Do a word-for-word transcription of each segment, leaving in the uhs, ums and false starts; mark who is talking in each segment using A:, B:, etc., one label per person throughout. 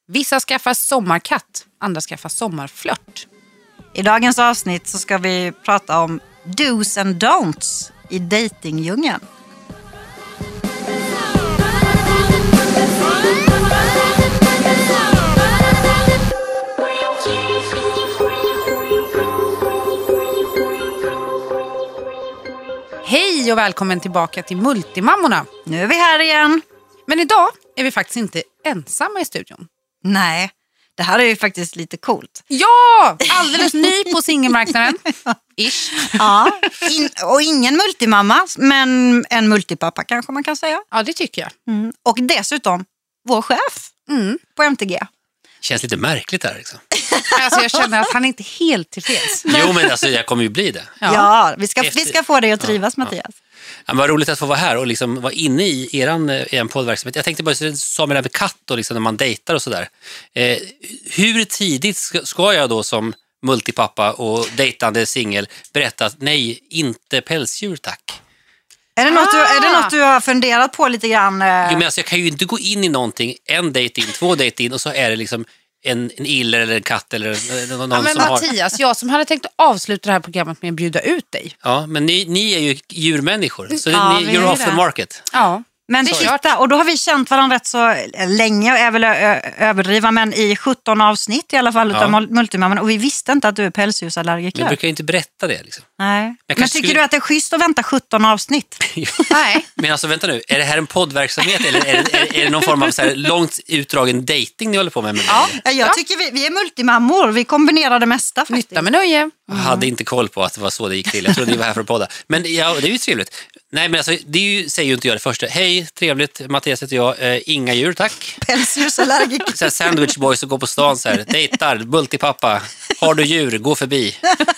A: Vissa skaffar sommarkatt, andra skaffar sommarflört.
B: I dagens avsnitt så ska vi prata om do's and don'ts i dejtingdjungeln.
A: Hej och välkommen tillbaka till Multimammorna.
B: Nu är vi här igen.
A: Men idag är vi faktiskt inte ensamma i studion.
B: Nej, det här är ju faktiskt lite coolt.
A: Ja, alldeles ny på singelmarknaden. Ish.
B: Ja, in, och ingen multimamma, men en multipappa kanske man kan säga.
A: Ja, det tycker jag.
B: Mm. Och dessutom vår chef mm. på M T G.
C: Känns lite märkligt här liksom.
A: Alltså jag känner att han är inte helt tillfreds.
C: Jo, men alltså jag kommer ju bli det.
B: Ja, ja vi, ska,
C: Efter...
B: vi ska få dig att trivas,
C: ja,
B: Mattias.
C: Ja. Ja, vad roligt att få vara här och liksom vara inne i eran, eran poddverksamhet. Jag tänkte bara, sa med det här med katt och liksom när man dejtar och sådär. Eh, hur tidigt ska, ska jag då som multipappa och dejtande singel berätta att nej, inte pälsdjur tack?
B: Är det, något du, är det något du har funderat på lite grann? Eh...
C: Jo, men alltså, jag kan ju inte gå in i någonting, en dejt in, två dejt in och så är det liksom en, en iller eller en katt eller någon
A: ja, men
C: som
A: Mattias,
C: har...
A: jag som hade tänkt att avsluta det här programmet med att bjuda ut dig.
C: Ja, men ni, ni är ju djurmänniskor, så
B: ja,
C: ni, you're off
B: det.
C: the market.
A: Ja.
B: Men titta, och då har vi känt varandra rätt så länge och är väl överdriva, men i sjutton avsnitt i alla fall
C: ja.
B: utav Multimamman, och vi visste inte att du är pälsdjursallergiker.
C: Jag brukar inte berätta det liksom.
B: Nej. Men tycker
C: skulle...
B: du att det är schysst att vänta sjutton avsnitt?
A: Nej.
C: Men alltså vänta nu, är det här en poddverksamhet eller är det, är, är det någon form av så här långt utdragen dating ni håller på med? med
B: ja, jag ja. tycker vi, vi är multimammor, vi kombinerar det mesta faktiskt.
A: Nytta med nöje. Mm.
C: Jag hade inte koll på att det var så det gick till. Jag trodde ni var här för att podda. Men ja, det är ju trevligt. Nej, men alltså, det är ju, säger ju inte jag det första. Hej, trevligt, Mattias heter jag. Eh, inga djur, tack.
B: Pälsdjursallergiker.
C: Så här sandwich boys och går på stan så här. Dejtar, multipappa. Har du djur, gå förbi.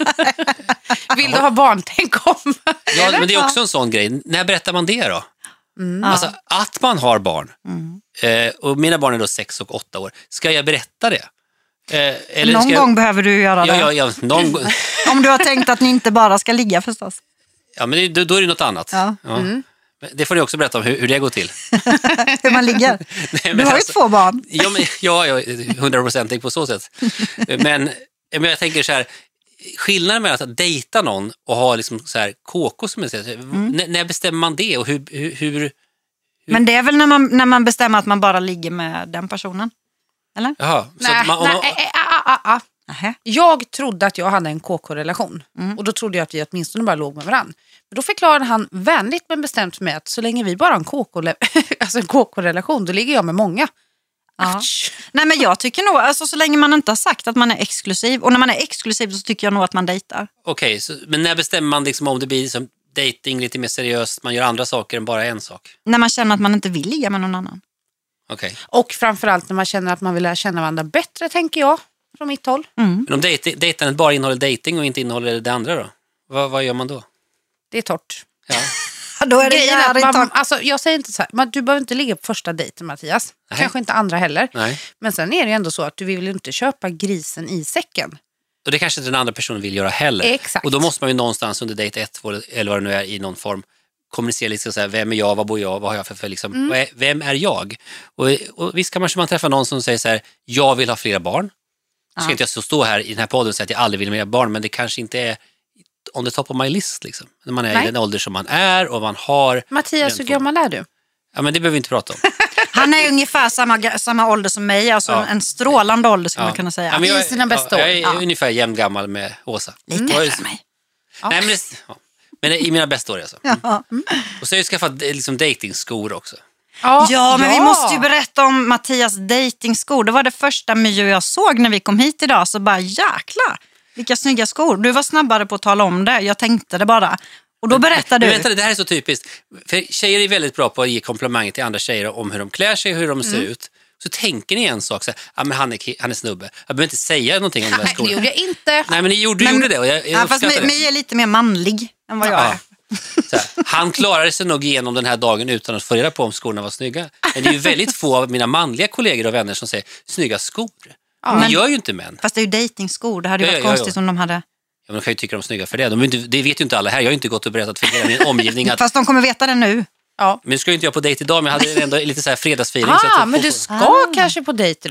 A: Vill du ha barn, tänk om.
C: Ja, men det är också en sån grej. När berättar man det då? Mm. Alltså, att man har barn. Mm. Eh, och mina barn är då sex och åtta år. Ska jag berätta det?
B: Eh, eller någon jag... gång behöver du göra det.
C: Ja, ja, ja, någon gång.
B: Om du har tänkt att ni inte bara ska ligga förstås.
C: Ja, men det, då är det något annat. Ja. Ja. Mm. Det får ni också berätta om hur, hur det går till.
B: Hur man ligger. Nej, du har alltså, ju två barn.
C: Ja, men, ja, ja hundraprocentigt på så sätt. Men, men jag tänker så här, skillnaden med att dejta någon och ha liksom så här kåkor som jag säger, mm. n- när bestämmer man det och hur, hur, hur...
B: Men det är väl när man, när man bestämmer att man bara ligger med den personen? Eller?
C: Jaha. Så
A: nej,
C: att man,
A: nej,
C: man...
A: äh, äh, äh, äh. Uh-huh. Jag trodde att jag hade en K K-relation mm. och då trodde jag att vi åtminstone bara låg med varandra. Men då förklarade han vänligt men bestämt för mig att så länge vi bara har en K K, alltså en K K-relation, då ligger jag med många.
B: Ja. Nej, men jag tycker nog, alltså, så länge man inte har sagt att man är exklusiv, och när man är exklusiv så tycker jag nog att man dejtar.
C: Okej, okay, men när bestämmer man liksom om det blir som dating lite mer seriöst, man gör andra saker än bara en sak?
B: När man känner att man inte vill ligga med någon annan.
C: Okay.
A: Och framförallt när man känner att man vill lära känna varandra bättre, tänker jag, från mitt håll.
B: Mm.
C: Men om dej- dejtandet bara innehåller dating och inte innehåller det andra då? vad, vad gör man då?
A: Det är torrt.
C: Ja.
B: Då är det
A: att man,
B: torrt.
A: alltså, jag säger inte så här, man, du behöver inte ligga på första dejten, Mattias. Nej. Kanske inte andra heller.
C: Nej.
A: Men sen är det ju ändå så att du vill inte köpa grisen i säcken.
C: Och det kanske inte den andra personen vill göra heller.
A: Exakt.
C: Och då måste man ju någonstans under dejt ett, eller vad det nu är, i någon form kommunicera lite så här, vem är jag, vad bor jag, vad har jag för, för liksom, mm. vem är jag? Och, och visst kan man, man träffa någon som säger så här, jag vill ha flera barn. Så ska inte jag så stå här i den här podden och säga att jag aldrig vill ha mer barn, men det kanske inte är on the top of my list liksom. När man är Nej. i den ålder som man är och man har...
A: Mattias, hur gammal är du?
C: Ja, men det behöver vi inte prata om.
B: Han är ungefär samma, samma ålder som mig, alltså ja. en strålande ålder skulle ja. man kunna säga.
C: Ja, jag,
A: I sina bästa
C: ja,
A: år.
C: Jag är ja. ungefär jämn gammal med Åsa.
B: Lite mm. efter mig.
C: Ja. Nej, men, det, ja. men i mina bästa år alltså.
B: Ja.
C: Mm. Och så har jag skaffat liksom datingskor också.
B: Ja, ja, men ja. vi måste ju berätta om Mattias datingskor. Det var det första Mio jag såg när vi kom hit idag. Så bara jäklar, vilka snygga skor. Du var snabbare på att tala om det. Jag tänkte det bara. Och då berättade du.
C: Men vänta, det här är så typiskt. För tjejer är väldigt bra på att ge komplimanger till andra tjejer om hur de klär sig, hur de ser mm. ut. Så tänker ni en sak så här, ja, men han är, han är snubbe. Jag behöver inte säga någonting om de här skorna.
A: Nej, det gjorde jag inte.
C: Nej, men ni gjorde, men, gjorde det och jag, jag
B: ja, fast Mio är lite mer manlig än vad jag är.
C: Så här, han klarade sig nog igenom den här dagen utan att få reda på om skorna var snygga. Men det är ju väldigt få av mina manliga kollegor och vänner som säger snygga skor. Ja, men det gör ju inte män.
B: Fast det är ju datingskor. Det hade ju varit ja, ja, ja. konstigt om de hade...
C: Ja, men de kan ju tycka de är snygga för det. De inte, det vet ju inte alla här. Jag har ju inte gått och berättat för hela min omgivning att...
B: Fast de kommer veta det nu.
A: Ja.
C: Men nu ska ju inte jag på dejt idag, men jag hade ändå lite så här fredagsfeeling.
A: Ah,
C: så att
A: men
C: får...
A: du ska ah. kanske på dejt idag.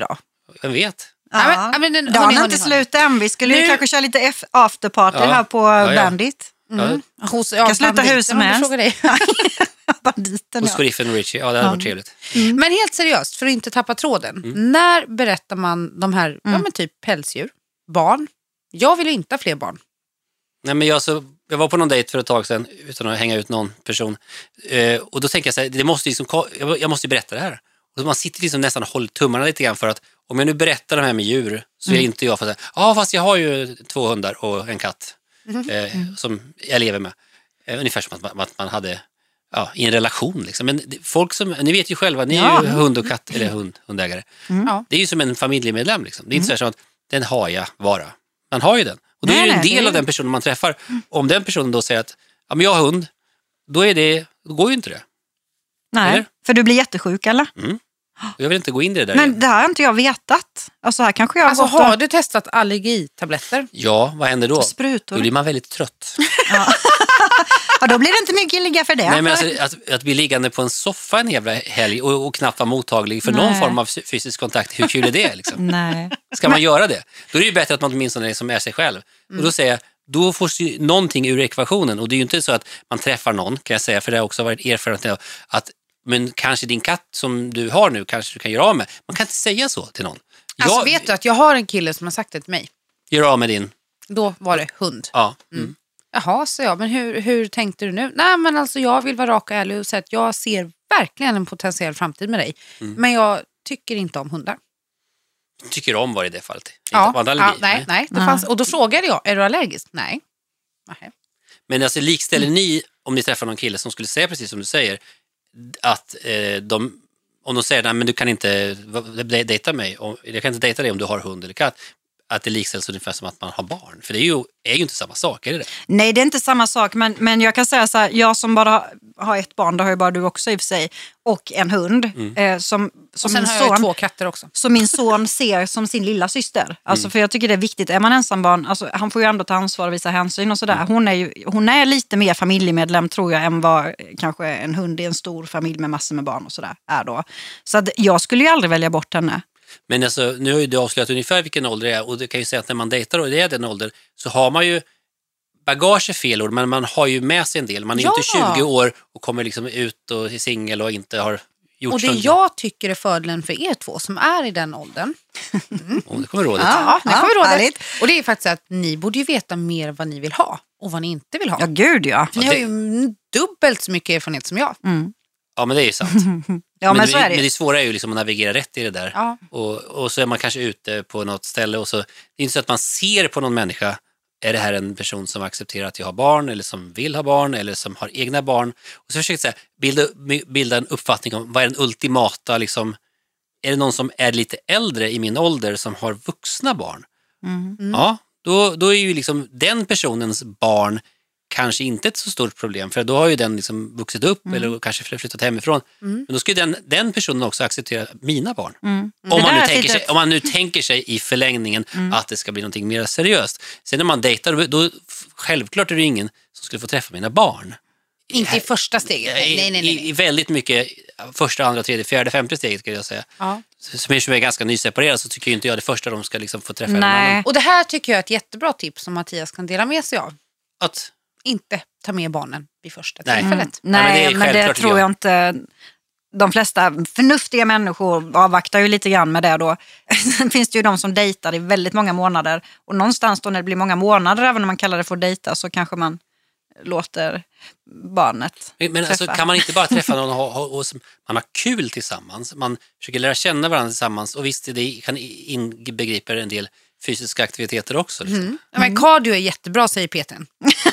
C: Vem vet?
B: Ja.
A: Ja, men, men,
B: Dagen är inte slut än. Vi skulle
A: nu...
B: ju kanske köra lite F- afterparty
C: ja.
B: här på
C: ja, ja.
B: Bandit.
A: Mm.
C: Ja.
A: Hos,
B: Jag kan sluta hur som helst. Banditen,
C: Hos
B: ja.
C: Sheriffen och Richie, ja det hade
B: Ja.
C: varit trevligt.
A: Mm. Men helt seriöst, för att inte tappa tråden.
C: Mm.
A: När berättar man de här,
B: Mm.
A: ja men typ pälsdjur, barn? Jag vill inte ha fler barn.
C: Nej, men jag, så, jag var på någon dejt för ett tag sedan utan att hänga ut någon person. Eh, och då tänker jag så här, det måste liksom, jag, jag måste berätta det här. Och man sitter liksom nästan och håller tummarna lite grann för att om jag nu berättar de här med djur så är
B: Mm.
C: inte jag för att säga, ja fast jag har ju två hundar och en katt
B: Mm.
C: eh, som jag lever med. Eh, ungefär som att man, att man hade ja, i en relation liksom. Men det, folk som, ni vet ju själva, ni är
B: Ja.
C: ju hund och katt eller hund, hundägare.
B: Mm.
A: Ja.
C: Det är ju som en familjemedlem liksom. Det är inte så här som att den har jag bara. Man har ju den. Och då
B: Nej,
C: är det en
B: nej,
C: del
B: det är-
C: av den personen man träffar. Om den personen då säger att ja, men jag har hund, då, är det, då går ju inte det.
B: Nej,
C: Eller?
B: för du blir jättesjuk eller?
C: Och jag vill inte gå in i det där
B: Men
C: igen.
B: det här har inte jag vetat. Alltså här kanske jag har
A: Alltså
B: gått och-
A: har du testat allergitabletter?
C: Ja, vad händer då? Då
B: sprutor.
C: blir man väldigt trött.
B: Ja, då blir det inte mycket ligga för det.
C: Nej, men alltså, att, att bli liggande på en soffa en jävla helg och, och knappt vara mottaglig för någon
B: Nej.
C: form av fysisk kontakt, hur kul är det liksom?
B: Nej.
C: Ska man göra det? Då är det ju bättre att man åtminstone liksom är sig själv. Och då säger jag, då får ju någonting ur ekvationen. Och det är ju inte så att man träffar någon, kan jag säga, för det har också varit erfarenhet av att men kanske din katt som du har nu kanske du kan göra av med. Man kan inte säga så till någon.
A: Alltså
C: Jag
A: vet du att jag har en kille som har sagt det till mig.
C: gör av med din.
A: Då var det hund.
C: Ja. Mm.
A: Jaha, så jag. Men hur, hur tänkte du nu? Nej, men alltså jag vill vara rak och ärlig och säga att jag ser verkligen en potentiell framtid med dig.
C: Mm.
A: Men jag tycker inte om hundar.
C: Tycker om var det i det fallet.
A: Ja,
C: Inte på allergi.
A: ja, nej, nej. Det
B: Nej.
A: fanns, och då frågade jag, är du allergisk? Nej. Nej.
C: Men alltså likställer ni, om ni träffar någon kille som skulle säga precis som du säger, att eh, de, om de säger, nej men du kan inte va- dejta mig, om, jag kan inte dejta dig om du har hund eller katt, att det likställs ungefär som att man har barn. För det är ju, är ju inte samma sak, är det det?
B: Nej, det är inte samma sak. Men, men jag kan säga så här, jag som bara har ett barn, det har ju bara du också i och för sig, och en hund.
C: Mm.
B: Eh, som, som
A: Och sen
B: min
A: har jag ju
B: son,
A: två katter också.
B: som min son ser som sin lilla syster. Alltså,
C: Mm.
B: För jag tycker det är viktigt. Är man ensambarn, alltså, han får ju ändå ta ansvar och visa hänsyn och sådär.
C: Mm.
B: Hon är ju hon är lite mer familjemedlem tror jag än vad kanske en hund i en stor familj med massor med barn och sådär är då. Så att jag skulle ju aldrig välja bort henne.
C: Men alltså, nu har ju du avslöjat ungefär vilken ålder det är, och det kan ju säga att när man dejtar och det är den åldern, så har man ju bagage är fel ord, men man har ju med sig en del. Man är
A: Ja.
C: inte tjugo år och kommer liksom ut och är singel och inte har gjort
A: Och det
C: sånt.
A: jag tycker är fördelen för er två som är i den åldern.
C: Oh, det kommer rådet.
A: Ja, det
B: ja,
A: kommer rådet.
B: härligt.
A: Och det är faktiskt att ni borde ju veta mer vad ni vill ha och vad ni inte vill ha.
B: Ja, gud ja.
A: För ni
C: Ja,
A: har
C: det-
A: ju dubbelt så mycket erfarenhet som jag.
B: Mm.
C: Ja, men det är ju sant.
B: Ja, men, så är
C: men
B: det.
C: det svåra är ju liksom att navigera rätt i det där.
A: Ja.
C: Och, och så är man kanske ute på något ställe och så, det är inte så att man ser på någon människa, är det här en person som accepterar att jag har barn eller som vill ha barn eller som har egna barn? Och så försöker jag säga, bilda, bilda en uppfattning om vad är den ultimata, liksom, är det någon som är lite äldre i min ålder som har vuxna barn?
B: Mm.
C: Ja, då, då är ju liksom den personens barn kanske inte ett så stort problem, för då har ju den liksom vuxit upp eller kanske flyttat hemifrån. Men då ska ju den, den personen också acceptera mina barn.
B: Mm.
C: Om,
B: Det
C: man
B: där
C: nu
B: är
C: tänker
B: lite-
C: sig, om man nu tänker sig i förlängningen att det ska bli någonting mer seriöst. Sen när man dejtar, då, då självklart är det ingen som skulle få träffa mina barn.
A: Inte i första steget. Nej, nej, nej.
C: I,
A: nej.
C: I väldigt mycket första, andra, tredje, fjärde, femte steget kan jag säga.
A: Ja.
C: Som är, som är ganska nyseparerade så tycker ju inte jag det första de ska liksom få träffa en
B: Nej.
C: annan.
A: Och det här tycker jag är ett jättebra tips som Mattias kan dela med sig av.
C: Att,
A: Inte ta med barnen vid första
C: Nej.
A: tillfället.
C: Ja, men det
B: Nej,
C: är
B: men det,
C: självklart,
B: tror
C: tycker
B: jag inte. De flesta förnuftiga människor avvaktar ju lite grann med det då. Sen finns det ju de som dejtar i väldigt många månader. Och någonstans då när det blir många månader, även om man kallar det för att dejta, så kanske man låter barnet
C: Men, men alltså,
B: träffa.
C: kan man inte bara träffa någon och, ha- ha- och, som- man har kul tillsammans, man försöker lära känna varandra tillsammans och visst det kan inbegripa en del fysiska aktiviteter också. Liksom.
A: Mm. Ja, men cardio är jättebra, säger Peter.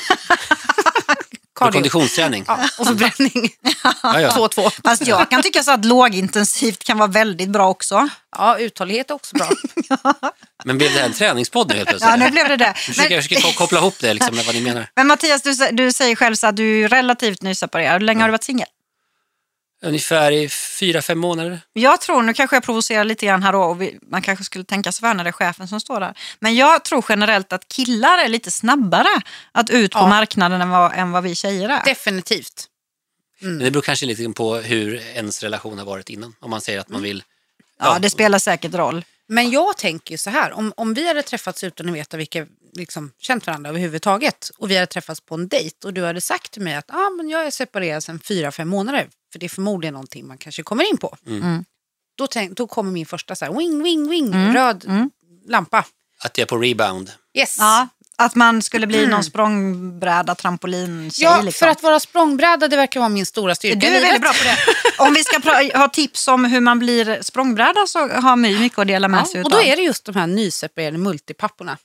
C: Och konditionsträning.
A: Ja, och förbränning.
C: Ja, ja.
A: två två.
B: Fast jag kan tycka så att lågintensivt kan vara väldigt bra också.
A: Ja, uthållighet är också bra.
C: Men blev det här en träningspodd nu helt plötsligt?
B: Ja, nu blev det det.
C: Jag försöker, jag försöker koppla ihop det liksom, med vad ni menar.
B: Men Mattias, du, sä- du säger själv så att du är relativt nyseparerad. Hur länge har du varit singel?
C: Ungefär i fyra, fem månader.
B: Jag tror, nu kanske jag provocerar lite grann här då, och vi, man kanske skulle tänka sig för när det är chefen som står där. Men jag tror generellt att killar är lite snabbare att ut på
A: Ja.
B: marknaden än vad, än vad vi tjejer är.
A: Definitivt.
C: Men det beror kanske lite på hur ens relation har varit innan. Om man säger att man vill...
B: Ja, det spelar säkert roll.
A: Men jag tänker ju så här, om, om vi hade träffats utan att veta vilka liksom, känt varandra överhuvudtaget och vi hade träffats på en dejt och du hade sagt till mig att ah, men jag är separerad sedan fyra, fem månader, för det är förmodligen någonting man kanske kommer in på.
B: Mm.
A: Då, tänk, då kommer min första så här, wing, wing, wing, mm. röd mm. lampa.
C: Att jag är på rebound.
A: Yes.
B: Ja, att man skulle bli mm. någon språngbräda, trampolin, tjej.
A: Ja,
B: liksom.
A: För att vara språngbräda, det verkar vara min stora styrka.
B: Du är väldigt bra på det. Om vi ska pra- ha tips om hur man blir språngbräda så har My mycket att dela med ja, sig
A: utav. Och då är det just de här nyseparerade multipapporna.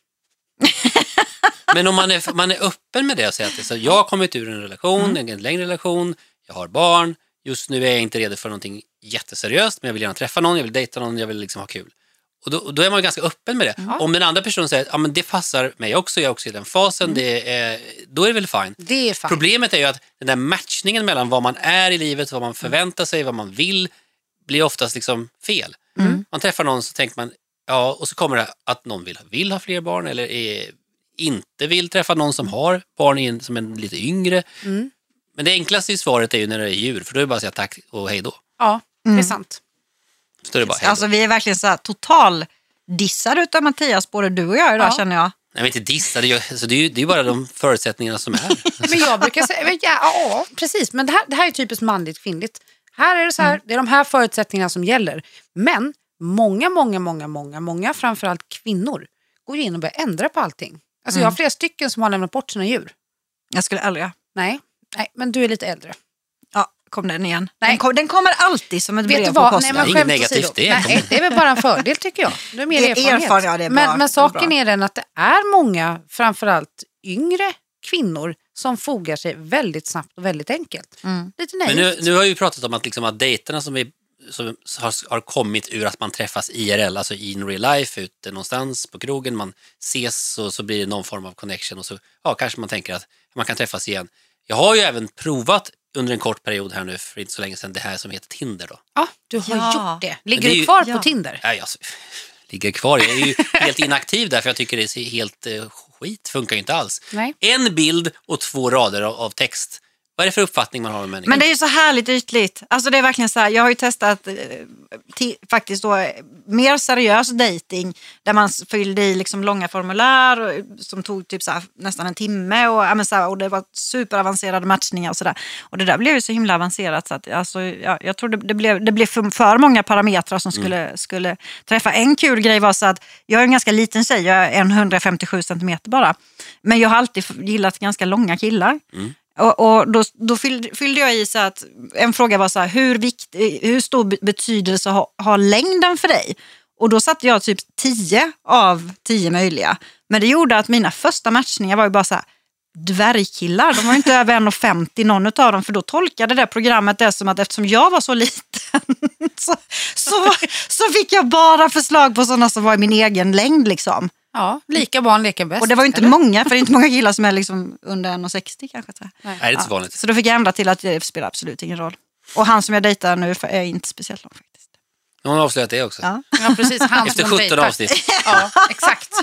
C: Men om man är, man är öppen med det och säger att det, så jag har kommit ur en relation, mm. en längre relation, jag har barn, just nu är jag inte redo för någonting jätteseriöst, men jag vill gärna träffa någon, jag vill dejta någon, jag vill liksom ha kul. Och då, och då är man ganska öppen med det. Mm. Om den andra personen säger att ja, det passar mig också, jag är också i den fasen, mm. det är, då är det väl fine.
A: Det är fine.
C: Problemet är ju att den där matchningen mellan vad man är i livet, vad man förväntar sig, vad man vill, blir oftast liksom fel. Mm. Man träffar någon så tänker man, ja, och så kommer det att någon vill, vill ha fler barn eller är, inte vill träffa någon som har barn in, som är lite yngre. Mm. Men det enklaste i svaret är ju när det är djur, för då är det bara att säga tack och hej då.
A: Ja, mm. det är sant.
C: Så är det bara hej då.
B: Alltså vi är verkligen så här total dissar utav Mattias, både du och jag idag, ja. Känner jag.
C: Nej, men inte dissar, det är, alltså, det är ju det är bara de förutsättningarna som är.
A: Men jag brukar säga, ja, ja precis, men det här, det här är typiskt manligt kvinnligt. Här är det så här, mm. det är de här förutsättningarna som gäller. Men många, många, många, många, många, framförallt kvinnor, går in och börjar ändra på allting. Alltså mm. jag har flera stycken som har lämnat bort sina djur.
B: Jag skulle aldrig.
A: Nej, nej, men du är lite äldre.
B: Ja, kom den igen. Den, kom, den kommer alltid som ett
A: Vet
B: brev
A: på
B: posten.
A: Nej, men
C: inget negativt det.
A: Nej, det är väl bara en fördel tycker jag. Du är mer
B: det är
A: erfarenhet.
B: Erfaren, ja, det är bra,
A: men men saken
B: det är,
A: är den att det är många, framförallt yngre kvinnor som fogar sig väldigt snabbt och väldigt enkelt. Mm. Lite naivt.
C: Men nu, nu har vi ju pratat om att, liksom, att dejterna som, är, som har, har kommit ur att man träffas I R L, alltså in real life, ute någonstans på krogen, man ses och så blir det någon form av connection och så ja, kanske man tänker att man kan träffas igen. Jag har ju även provat under en kort period här nu för inte så länge sedan det här som heter Tinder då.
A: Ja, du har ja. gjort det. Ligger
C: det
A: du
C: ju,
A: kvar
B: ja.
A: på Tinder?
C: Nej, jag ligger kvar. Jag är ju helt inaktiv där för jag tycker det är helt uh, skit. Funkar ju inte alls.
A: Nej.
C: En bild och två rader av, av text. Vad är det för uppfattning man har om människor?
B: Men det är ju så härligt ytligt. Alltså det är verkligen så här, jag har ju testat eh, t- faktiskt då mer seriös dating där man fyllde i liksom långa formulär och, som tog typ så här, nästan en timme och, ja, men så här, och det var superavancerade matchningar och sådär. Och det där blev ju så himla avancerat så att alltså, ja, jag tror det, det blev, det blev för, för många parametrar som skulle, mm. skulle träffa. En kul grej var så att jag är en ganska liten tjej, jag är etthundrafemtiosju centimeter bara. Men jag har alltid gillat ganska långa killar. Mm. Och, och då, då fyllde, fyllde jag i så att en fråga var så här, hur, vikt, hur stor betydelse har, har längden för dig? Och då satte jag typ tio av tio möjliga. Men det gjorde att mina första matchningar var ju bara så här, dvärgkillar. De var ju inte över en komma femtio någon av dem, för då tolkade det programmet det som att eftersom jag var så liten så, så, så fick jag bara förslag på sådana som var i min egen längd liksom.
A: Ja, lika barn leker bäst.
B: Och det var ju inte
A: eller? många,
B: för det är inte många killar som är liksom under en komma sextio kanske. Så.
C: Nej, det är inte så vanligt.
B: Ja, så då fick jag ändra till att det spelar absolut ingen roll. Och han som jag dejtar nu är inte speciellt lång faktiskt.
C: Någon har avslöjat det också.
B: Ja,
A: ja precis. Han
C: efter sjutton avsnitt.
A: Ja, exakt.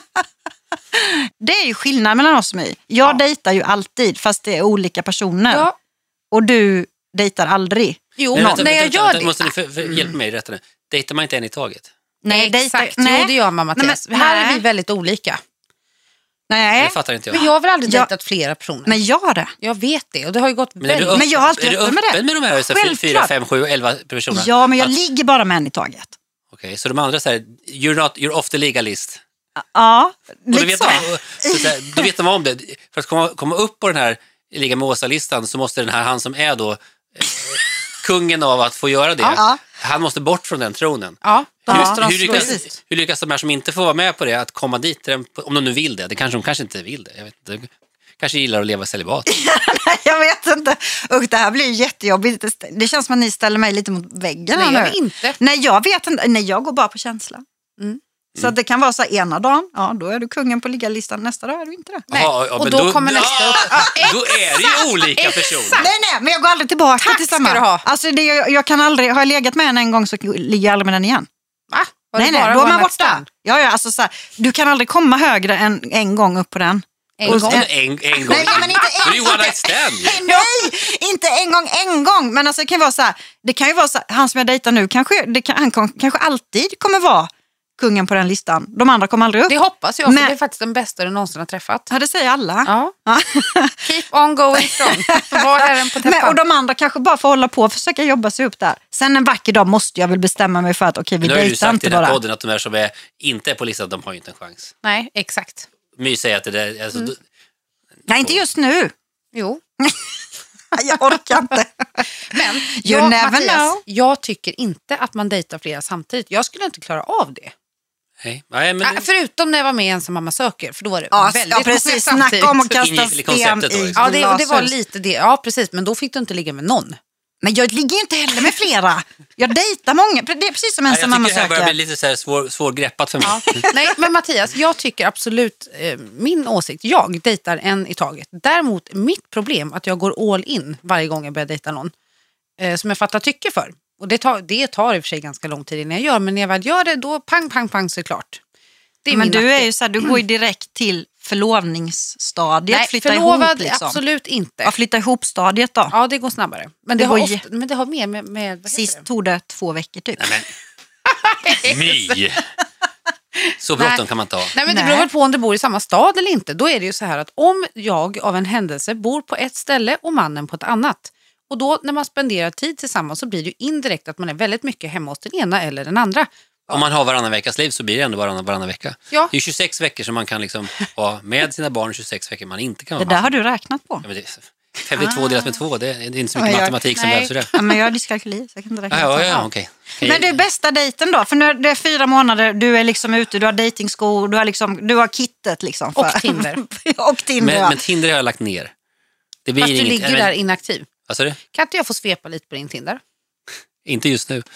B: Det är ju skillnad mellan oss och mig. Jag ja. dejtar ju alltid, fast det är olika personer. Ja. Och du dejtar aldrig.
A: Jo, men vänta, när jag
C: vänta,
A: gör
C: vänta,
A: det.
C: Måste ni för, för, hjälpa mig i rätta nu. Dejtar man inte en i taget?
A: Nej,
B: nej
A: exakt.
B: Dejtar, nej.
A: Jo, det gör man, Mattias. Nej, men, här nej. är vi väldigt olika.
B: Nej.
C: Det fattar inte jag.
A: Men jag har väl aldrig
B: jag,
A: dejtat flera personer.
B: Men jag har det.
A: Jag vet det. Och det har ju gått
C: men
A: väldigt...
C: Upp,
B: men jag har alltid
C: är du öppen med, det? med de här så fyra, fem, sju, elva personer?
B: Ja, men jag
C: att,
B: ligger bara med en i taget.
C: Okej, okay, så de andra så här, you're, not, you're off the legal list.
B: Ja,
C: lite vet så. så, så här, då vet man om det. För att komma, komma upp på den här Liga med Åsa-listan så måste den här, han som är då... kungen av att få göra det. Ja. Han måste bort från den tronen.
A: Ja,
C: hur, ja. Hur, lyckas, hur lyckas de här som inte får vara med på det att komma dit, om de nu vill det? Det kanske de kanske inte vill det. Jag vet inte. Kanske gillar att leva celibat.
B: Jag vet inte. Och det här blir ju jättejobbigt. Det känns som att ni ställer mig lite mot väggen.
A: Nej,
B: här
A: jag inte.
B: Nej, jag vet inte. Nej, jag går bara på känsla. Mm. Så att det kan vara så här, ena dagen, ja, då är du kungen på ligga-listan, nästa dag är du inte det.
A: Nej, Aha, ja, och då, då kommer nästa upp.
C: Ja, då är det ju olika personer.
B: Nej, nej, men jag går aldrig tillbaka
A: Tack
B: till samma.
A: Ska du ha.
B: Alltså, det, jag, jag kan aldrig, har jag legat med en en gång så ligger jag aldrig med den igen.
A: Va? Var
B: nej, nej, då är man borta. Ja, ja, alltså så här, du kan aldrig komma högre än en gång upp på den.
C: En och, gång? En, en, en gång?
B: Nej, men inte en,
C: det är ju one night stand.
B: Nej, inte en gång, en gång. Men alltså, det kan vara så här, det kan ju vara så här, han som jag dejtar nu, kanske, det kan, han kanske alltid kommer vara kungen på den listan. De andra kom aldrig upp.
A: Det hoppas jag, för
B: Men-
A: det är faktiskt den bästa du någonsin har träffat.
B: Ja, det säger alla.
A: Ja.
B: Ja.
A: Keep on going strong. Var herren på
B: Men,
A: täppan.
B: och de andra kanske bara får hålla på och försöka jobba sig upp där. Sen en vacker dag måste jag väl bestämma mig för att okej, vi
C: Nu har du
B: dejtar
C: sagt i
B: inte
C: den här
B: bara.
C: podden att de här som är inte är på listan, de har ju inte en chans.
A: Nej, exakt.
C: My säger att det där... Alltså,
A: Mm.
C: då-
B: Nej, inte just nu.
A: Jo.
B: Jag orkar inte.
A: Men
B: You
A: jag,
B: never
A: Mattias,
B: know.
A: jag tycker inte att man dejtar flera samtidigt. Jag skulle inte klara av det.
C: Nej, nej, men...
A: Äh, förutom när jag var med i Ensam mamma söker. För då var det
B: Ja,
A: väldigt
B: ja
A: många
B: precis.
A: samtidigt.
B: Snacka om att kasta
C: Ingick i
B: sten
C: konceptet då,
B: i
C: liksom.
A: Ja, det, och det var
B: glashus.
A: lite det. Ja, precis. Men då fick du inte ligga med någon.
B: Men jag ligger ju inte heller med flera. Jag dejtar många. Det är precis som
C: Nej,
B: Ensam
C: jag
B: mamma
C: tycker det här börjar bli
B: söker.
C: lite så här svår, svårgreppat för mig.
A: Ja. Nej, men Mattias, jag tycker absolut, eh, min åsikt, jag dejtar en i taget. Däremot mitt problem att jag går all in varje gång jag börjar dejta någon. Eh, som jag fattar tycke för. Och det tar, det tar i och för sig ganska lång tid innan jag gör, men när jag väl gör det, då pang, pang, pang så är det klart. Det är
B: Men
A: min
B: du är
A: nackdel.
B: ju så här, du går ju direkt till förlovningsstadiet.
A: Nej,
B: flytta
A: förlovad
B: ihop liksom.
A: absolut inte.
B: Ja, flytta ihop stadiet då.
A: Ja, det går snabbare. Men det,
B: Det
A: har,
B: går
A: ofta,
B: ju-
A: men det har mer med... med vad heter
B: Sist
A: det?
B: tog det två veckor typ.
C: Nej, men... My! Så bråttom
A: Nej.
C: kan man inte ha.
A: Nej, men det
B: Nej.
A: beror väl på om du bor i samma stad eller inte. Då är det ju så här att om jag av en händelse bor på ett ställe och mannen på ett annat. Och då när man spenderar tid tillsammans så blir det ju indirekt att man är väldigt mycket hemma hos den ena eller den andra.
C: Om man har varannan veckas liv så blir det ändå varannan, varannan vecka.
A: Ja.
C: Det är tjugosex veckor som man kan liksom ha med sina barn, tjugosex veckor man inte kan
B: Det
C: ha.
B: där har du räknat på.
C: Ja, men det, femtiotvå delat med två, det är, det är inte så mycket
B: Ja, jag-
C: matematik som
A: nej.
C: behövs för det.
B: Ja, men jag har dyskalkyli så jag kan inte räkna
C: Ja,
B: ut
C: ja,
B: så.
C: ja, okej. Okej.
B: Men du, bästa dejten då? För nu är det fyra månader, du är liksom ute, du har dejtingskor, du har, liksom, du har kittet liksom. För.
A: Och Tinder.
B: och Tinder,
C: men,
B: ja.
C: men Tinder har jag lagt ner. Det blir
A: Fast du
C: inget,
A: ligger
C: men-
A: där inaktiv.
C: Vad sa du?
A: Kan inte jag få svepa lite på din Tinder?
C: Inte just nu.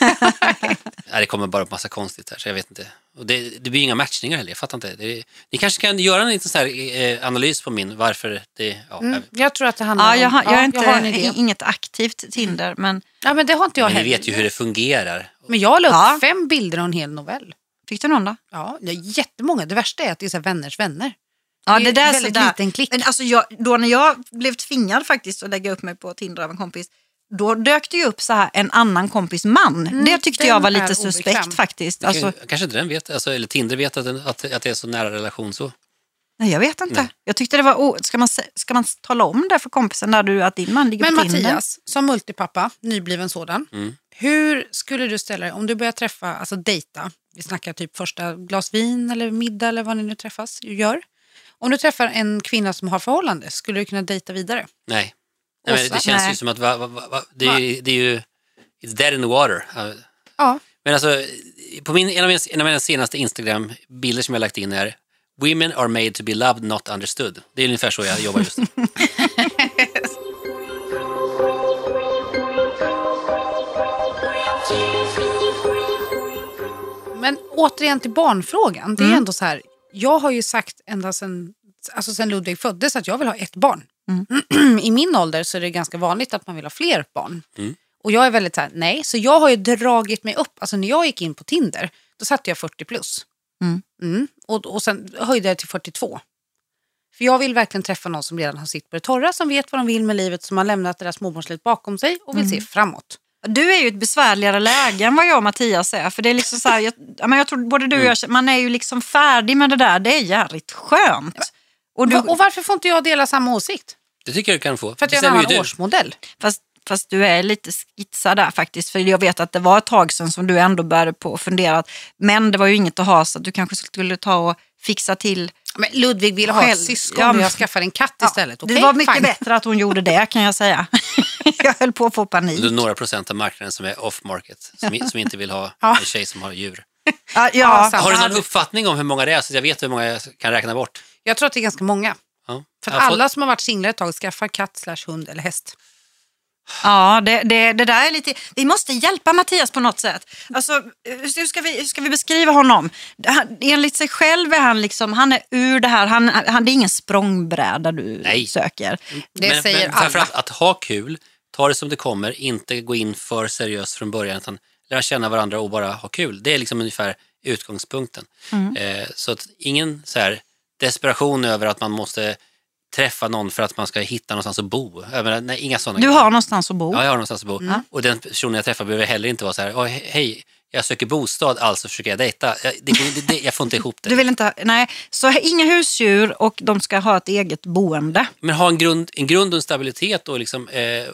C: Nej, det kommer bara upp massa konstigt här, så jag vet inte. Och det, det blir inga matchningar heller, jag fattar inte. Det, ni kanske kan göra en liten så här, eh, analys på min, varför det... Ja,
A: Mm.
C: jag,
A: Jag tror att det handlar
B: Ja,
A: om...
B: jag har, jag är inte,
A: jag har en idé.
B: inget aktivt Tinder, men
A: Ja, men det har inte jag
C: men ni
A: heller.
C: vet ju hur det fungerar.
A: Men jag la upp
B: Ja.
A: fem bilder och en hel novell.
B: fick du någon då?
A: Ja, det är jättemånga. Det värsta är att det är så här vänners vänner.
B: Ja,
A: Det är
B: det där
A: en väldigt
B: sådär.
A: liten klick.
B: Men alltså jag, då när jag blev tvingad faktiskt att lägga upp mig på Tinder av en kompis, då dök det ju upp så här en annan kompis man. det tyckte
A: den
B: jag var
A: är
B: lite suspekt
A: obekväm.
B: faktiskt.
C: Det
B: Alltså,
C: kan, kanske inte den vet, alltså, eller Tinder vet att, den, att, att det är så nära relation så.
B: nej, jag vet inte.
C: Nej.
B: Jag tyckte det var, oh, ska, man, sä- ska man tala om det för kompisen där du, att din man ligger
A: Men
B: på Tinder?
A: Mattias, som multipappa, nybliven sådan.
C: Mm.
A: Hur skulle du ställa dig om du börjar träffa, alltså dejta, vi snackar typ första glas vin eller middag eller vad ni nu träffas, gör. Om du träffar en kvinna som har förhållande, skulle du kunna dejta vidare?
C: Nej. Nej, men
A: Åsa?
C: det känns
B: Nej.
C: ju som att va, va, va, det, är, det är ju it's dead in the water.
A: Ja.
C: Men alltså, på min, en, av mina, en av mina senaste Instagram-bilder som jag lagt in är Women are made to be loved, not understood. Det är ungefär så jag jobbar just nu.
A: Men återigen till barnfrågan, det är
B: Mm.
A: ändå så här, jag har ju sagt ända sedan, alltså sedan Ludvig föddes att jag vill ha ett barn.
B: Mm.
A: I min ålder så är det ganska vanligt att man vill ha fler barn.
C: Mm.
A: Och jag är väldigt så här, nej, så jag har ju dragit mig upp, alltså när jag gick in på Tinder, då satte jag fyrtio plus.
B: Mm.
A: Mm. Och, och sen höjde jag till fyrtiotvå. För jag vill verkligen träffa någon som redan har sitt på det torra, som vet vad de vill med livet, som har lämnat det där småbarnslivet bakom sig och vill
B: Mm.
A: se framåt.
B: Du är ju ett besvärligare läge än vad jag och Mattias är. För det är liksom så här, jag, ja, men jag tror både du och jag, man är ju liksom färdig med det där. Det är jävligt skönt. Och du,
A: Va- Och varför får inte jag dela samma åsikt?
C: Det tycker jag du kan få.
A: För att jag är en
C: Bestämmer ju
A: annan
C: du.
A: årsmodell.
B: fast, fast du är lite skitsad där faktiskt. För jag vet att det var ett tag sedan som du ändå började på och fundera. Men det var ju inget att ha, så att du kanske skulle ta och fixa till.
A: Men Ludvig ville ha
B: Själv.
A: ett syskon
B: Ja,
A: och
B: men-
A: jag skaffade en katt
B: Ja,
A: istället.
B: det
A: Okej,
B: var mycket
A: fine.
B: bättre att hon gjorde det, kan jag säga. Jag höll på att få panik.
C: Det är några procent av marknaden som är off-market, som, som inte vill ha
A: Ja.
C: en tjej som har djur.
B: Ja,
A: Ja,
B: ja.
A: sant.
C: Har du någon
A: hade-
C: uppfattning om hur många det är, så jag vet hur många jag kan räkna bort?
A: Jag tror att det är ganska många.
C: Ja.
A: För
C: Jag
A: att
C: har fått-
A: alla som har varit singlar ett tag skaffar katt slash hund eller häst.
B: Ja, det, det, det där är lite... Vi måste hjälpa Mattias på något sätt. Alltså, hur ska vi, hur ska vi beskriva honom? Han, enligt sig själv är han liksom, han är ur det här, han, han, det är ingen språngbräda du
C: Nej.
B: söker.
A: Det
C: men,
A: säger
C: men framförallt
A: alla.
C: att ha kul, ta det som det kommer, inte gå in för seriöst från början, utan lära känna varandra och bara ha kul. Det är liksom ungefär utgångspunkten.
B: Mm.
C: Eh, så att ingen så här desperation över att man måste träffa någon för att man ska hitta någonstans att bo. Jag menar, nej, inga sådana
B: Du
C: grejer.
B: har någonstans att bo.
C: Ja, jag har någonstans att bo.
B: Mm.
C: Och den personen jag träffar behöver heller inte vara så här, oh, hej, jag söker bostad, alltså försöker jag dejta. Jag, det, det, det, jag får inte ihop det.
B: Du vill inte, nej. Så inga husdjur och de ska ha ett eget boende.
C: Men ha en grund, en grund och en stabilitet och liksom eh,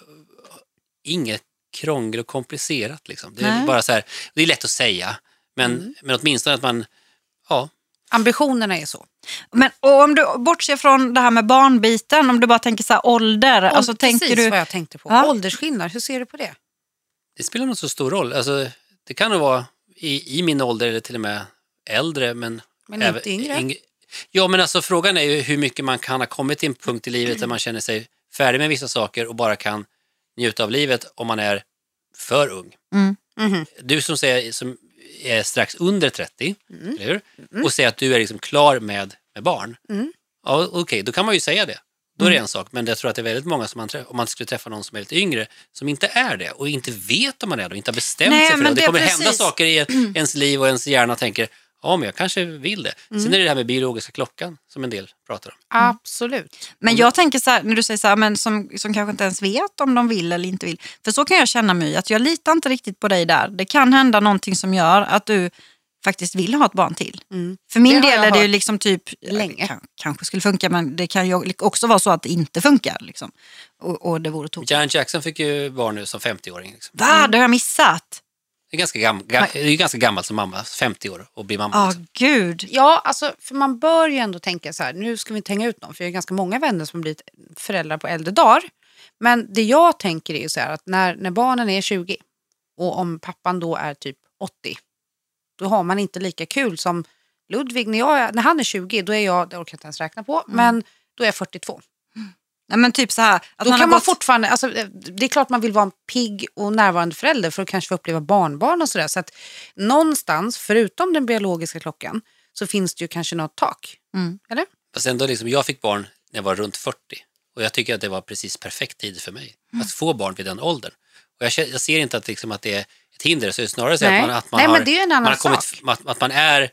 C: inget krångel och komplicerat. Liksom. Det är nej. bara så här, det är lätt att säga, men, mm. men åtminstone att man, ja.
A: Ambitionerna är så.
B: Men och om du bortser från det här med barnbiten, om du bara tänker så här ålder.
A: Åld,
B: alltså,
A: precis
B: tänker du,
A: vad jag tänkte på.
B: Ja?
A: Åldersskillnad, hur ser du på det?
C: Det spelar nog så stor roll. Alltså, det kan nog vara i, i min ålder eller till och med äldre. Men,
A: men inte yngre?
C: Yng, ja, men alltså frågan är ju hur mycket man kan ha kommit till en punkt i livet där man känner sig färdig med vissa saker och bara kan njuta av livet om man är för ung.
B: Mm.
A: Mm-hmm.
C: Du som säger som är strax under trettio,
A: mm.
C: eller hur?
A: Mm.
C: Och säger att du är liksom klar med, med barn.
A: Mm.
C: Ja, okej, okay, då kan man ju säga det. Då är det
B: Mm.
C: en sak, men jag tror att det är väldigt många som man träffar, om man skulle träffa någon som är lite yngre, som inte är det och inte vet om man är det och inte har bestämt
B: Nej,
C: sig för
B: men
C: det. Det
B: det
C: kommer
B: precis.
C: hända saker i ens liv och ens hjärna tänker, ja men jag kanske vill det.
A: Mm.
C: Sen är det det här med biologiska klockan som en del pratar om.
A: Absolut.
B: Men jag tänker så här, när du säger så här, men som, som kanske inte ens vet om de vill eller inte vill. För så kan jag känna mig, att jag litar inte riktigt på dig där. Det kan hända någonting som gör att du faktiskt vill ha ett barn till.
A: Mm.
B: För min
A: Det har
B: del
A: jag
B: är det ju
A: hört
B: liksom typ,
A: länge.
B: K- kanske skulle funka, men det kan ju också vara så att det inte funkar. Liksom. Och, och det vore tokigt.
C: Janet Jackson fick ju barn nu som femtio-åring. Liksom.
B: Va? Det har jag missat.
C: Det är ganska, gam, ga, det är ju ganska gammalt som mamma, femtio år, och bli mamma.
B: Ja,
C: liksom.
B: gud.
A: Ja, alltså, för man bör ju ändå tänka så här, nu ska vi inte hänga ut någon, för jag har ganska många vänner som har blivit föräldrar på äldre dagar. Men det jag tänker är ju så här, att när, när barnen är tjugo och om pappan då är typ åttio, då har man inte lika kul som Ludvig. När, jag, när han är tjugo, då är jag, det orkar jag inte ens räkna på, mm. men då är jag fyrtiotvå.
B: Nej, men typ så här, att
A: då
B: man
A: kan
B: har
A: man
B: gått...
A: fortfarande, alltså, det är klart man vill vara en pigg och närvarande förälder för att kanske få uppleva barnbarn och sådär. Så att någonstans, förutom den biologiska klockan, så finns det ju kanske något tak.
B: Mm.
A: Eller?
C: Fast ändå liksom, jag fick barn när jag var runt fyrtio. Och jag tycker att det var precis perfekt tid för mig.
B: Mm.
C: Att få barn vid den åldern. Och jag, jag ser inte att, liksom, att det är ett hinder. Så det är snarare så
A: Nej.
C: att man, att man
A: Nej,
C: har,
A: men det är ju en annan
C: man har kommit,
A: sak.
C: att, att man är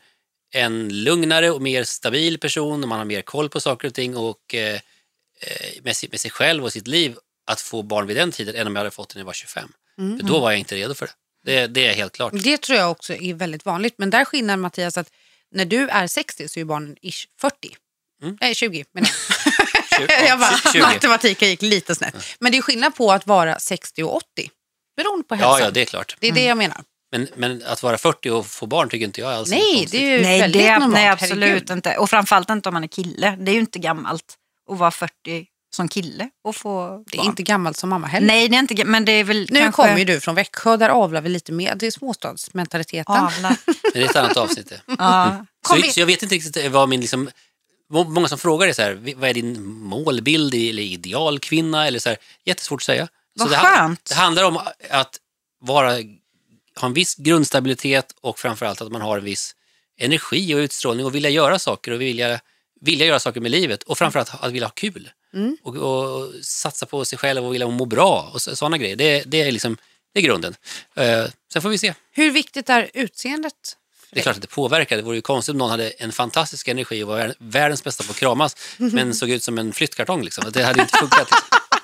C: en lugnare och mer stabil person. Och man har mer koll på saker och ting. Och eh, med, sig, med sig själv och sitt liv. Att få barn vid den tiden än om jag hade fått det när jag var tjugofem.
A: Mm.
C: För då var jag inte redo för det. Det, det är helt klart.
A: Det tror jag också är väldigt vanligt. Men där skillnar Mattias att när du är sextio så är barnen ish fyrtio.
C: Mm.
A: Nej, tjugo men
C: tjugo,
A: jag bara,
C: tjugo.
A: matematiken gick lite snett. Mm. Men det är skillnad på att vara sextio och åttio. Beroende på hälsan.
C: Ja, ja, det är klart.
A: Det är det jag menar.
C: Men, men att vara fyrtio och få barn tycker inte jag alls.
A: Nej, det är ju
B: Nej,
A: väldigt
B: det,
A: normalt.
B: nej, absolut
A: Herregud.
B: inte. Och framförallt inte om man är kille. Det är ju inte gammalt att vara fyrtio som kille och få
A: Det är
B: barn.
A: inte gammalt som mamma heller.
B: Nej, det är inte ga- men det är väl
A: Nu
B: kanske...
A: kommer ju du från Växjö, där avlar vi lite mer. Det är småstadsmentaliteten.
B: Avla.
C: Men det är ett annat avsnitt. Det.
B: Ja.
C: Så,
A: Kom vi-
C: så jag vet inte riktigt vad min liksom, må- många som frågar är så här, vad är din målbild eller idealkvinna eller så här, jättesvårt att säga.
B: Vad
C: så det,
B: skönt.
C: det handlar om att vara, ha en viss grundstabilitet och framförallt att man har en viss energi och utstrålning och vilja göra saker och vilja, vilja göra saker med livet och framförallt att vilja ha kul.
A: Mm.
C: Och, och satsa på sig själv och vilja må bra och så, sådana grejer. Det, det är liksom, det är grunden. Uh, sen får vi se.
A: Hur viktigt är utseendet?
C: Det är klart att det påverkar. Det vore ju konstigt om någon hade en fantastisk energi och var världens bästa på att kramas men såg ut som en flyttkartong. Liksom. Det hade inte funkat. Liksom.